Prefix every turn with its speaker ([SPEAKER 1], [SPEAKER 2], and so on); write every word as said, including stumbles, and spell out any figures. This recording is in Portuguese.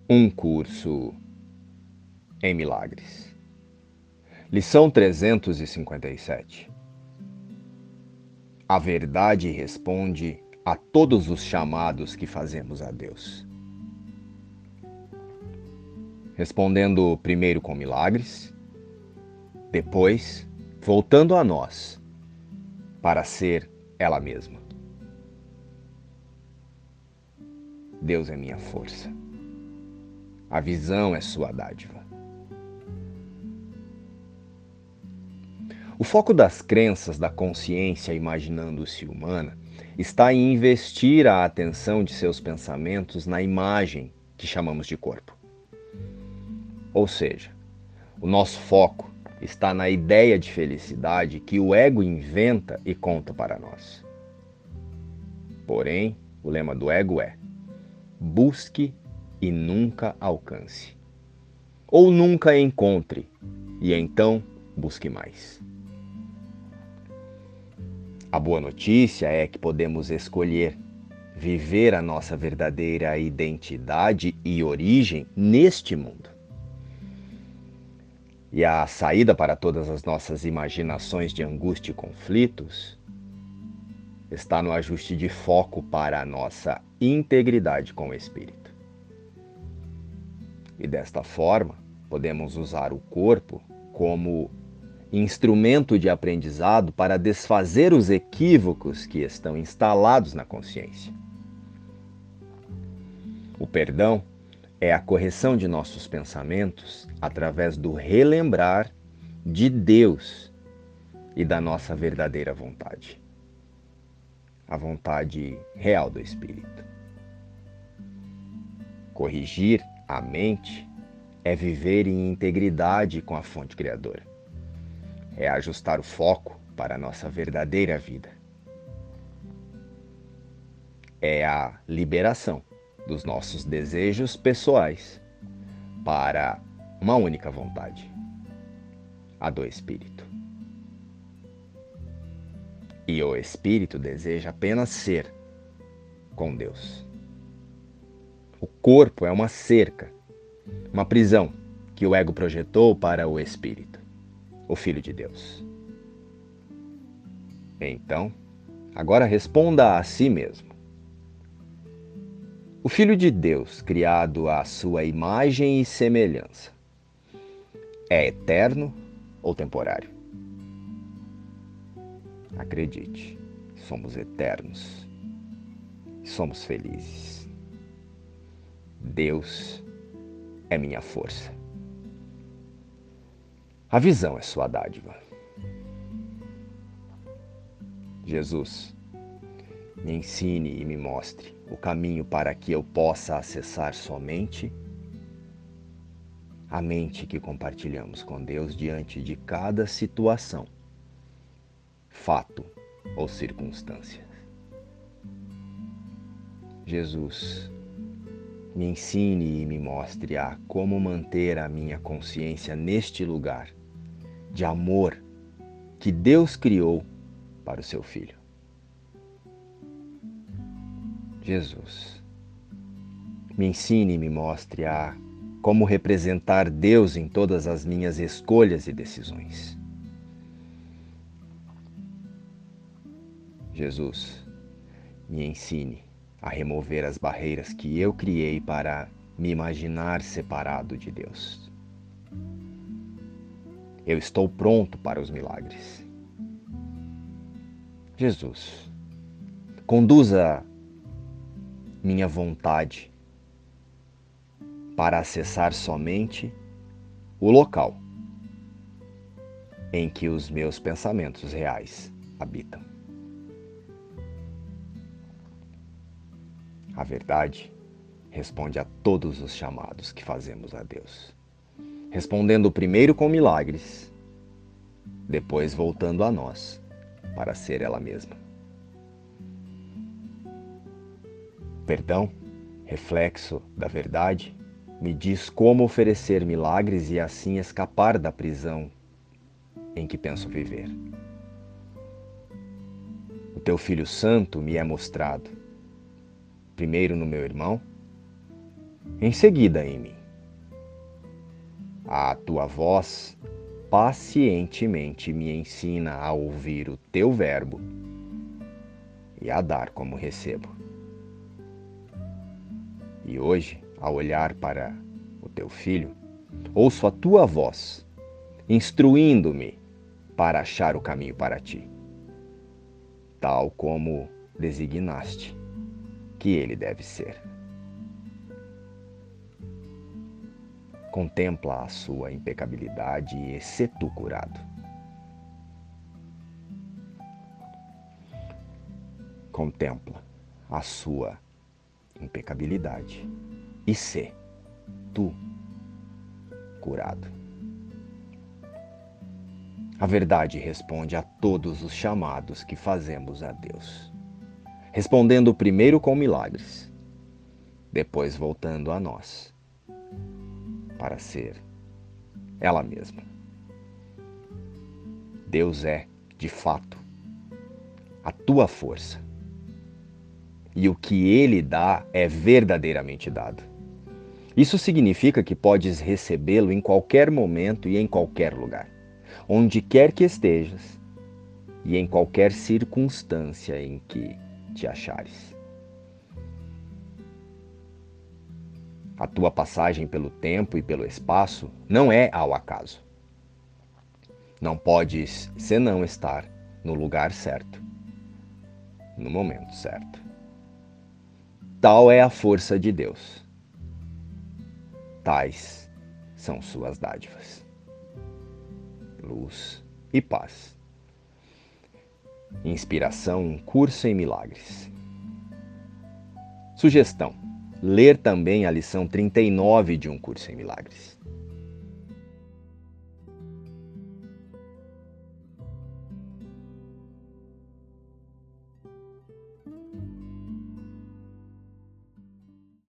[SPEAKER 1] Um curso em milagres. Lição trezentos e cinquenta e sete. A verdade responde a todos os chamados que fazemos a Deus. Respondendo primeiro com milagres, depois voltando a nós para ser ela mesma. Deus é minha força. A visão é sua dádiva. O foco das crenças da consciência imaginando-se humana está em investir a atenção de seus pensamentos na imagem que chamamos de corpo. Ou seja, o nosso foco está na ideia de felicidade que o ego inventa e conta para nós. Porém, o lema do ego é: busque e nunca alcance. Ou nunca encontre, e então busque mais. A boa notícia é que podemos escolher viver a nossa verdadeira identidade e origem neste mundo. E a saída para todas as nossas imaginações de angústia e conflitos está no ajuste de foco para a nossa integridade com o Espírito. E desta forma, podemos usar o corpo como instrumento de aprendizado para desfazer os equívocos que estão instalados na consciência. O perdão é a correção de nossos pensamentos através do relembrar de Deus e da nossa verdadeira vontade, a vontade real do Espírito. Corrigir a mente é viver em integridade com a fonte criadora. É ajustar o foco para a nossa verdadeira vida. É a liberação dos nossos desejos pessoais para uma única vontade, a do Espírito. E o Espírito deseja apenas ser com Deus. O corpo é uma cerca, uma prisão que o ego projetou para o Espírito, o Filho de Deus. Então, agora responda a si mesmo. O Filho de Deus, criado à sua imagem e semelhança, é eterno ou temporário? Acredite, somos eternos. Somos felizes. Deus é minha força. A visão é sua dádiva. Jesus, me ensine e me mostre o caminho para que eu possa acessar somente a mente que compartilhamos com Deus diante de cada situação, fato ou circunstância. Jesus, me ensine e me mostre a como manter a minha consciência neste lugar de amor que Deus criou para o seu Filho. Jesus, me ensine e me mostre a como representar Deus em todas as minhas escolhas e decisões. Jesus, me ensine a remover as barreiras que eu criei para me imaginar separado de Deus. Eu estou pronto para os milagres. Jesus, conduza minha vontade para acessar somente o local em que os meus pensamentos reais habitam. A verdade responde a todos os chamados que fazemos a Deus, respondendo primeiro com milagres, depois voltando a nós para ser ela mesma. Perdão, reflexo da verdade, me diz como oferecer milagres e assim escapar da prisão em que penso viver. O teu Filho Santo me é mostrado, primeiro no meu irmão, em seguida em mim. A tua voz pacientemente me ensina a ouvir o teu verbo e a dar como recebo. E hoje, ao olhar para o teu filho, ouço a tua voz, instruindo-me para achar o caminho para ti, tal como designaste que ele deve ser. Contempla a sua impecabilidade e sê tu curado. Contempla a sua impecabilidade e sê tu curado. A verdade responde a todos os chamados que fazemos a Deus, respondendo primeiro com milagres, depois voltando a nós, para ser ela mesma. Deus é, de fato, a tua força. E o que Ele dá é verdadeiramente dado. Isso significa que podes recebê-lo em qualquer momento e em qualquer lugar, onde quer que estejas e em qualquer circunstância em que te achares. A tua passagem pelo tempo e pelo espaço não é ao acaso. Não podes senão estar no lugar certo, no momento certo. Tal é a força de Deus. Tais são suas dádivas. Luz e paz. Inspiração em Curso em Milagres. Sugestão: ler também a lição trinta e nove de Um Curso em Milagres.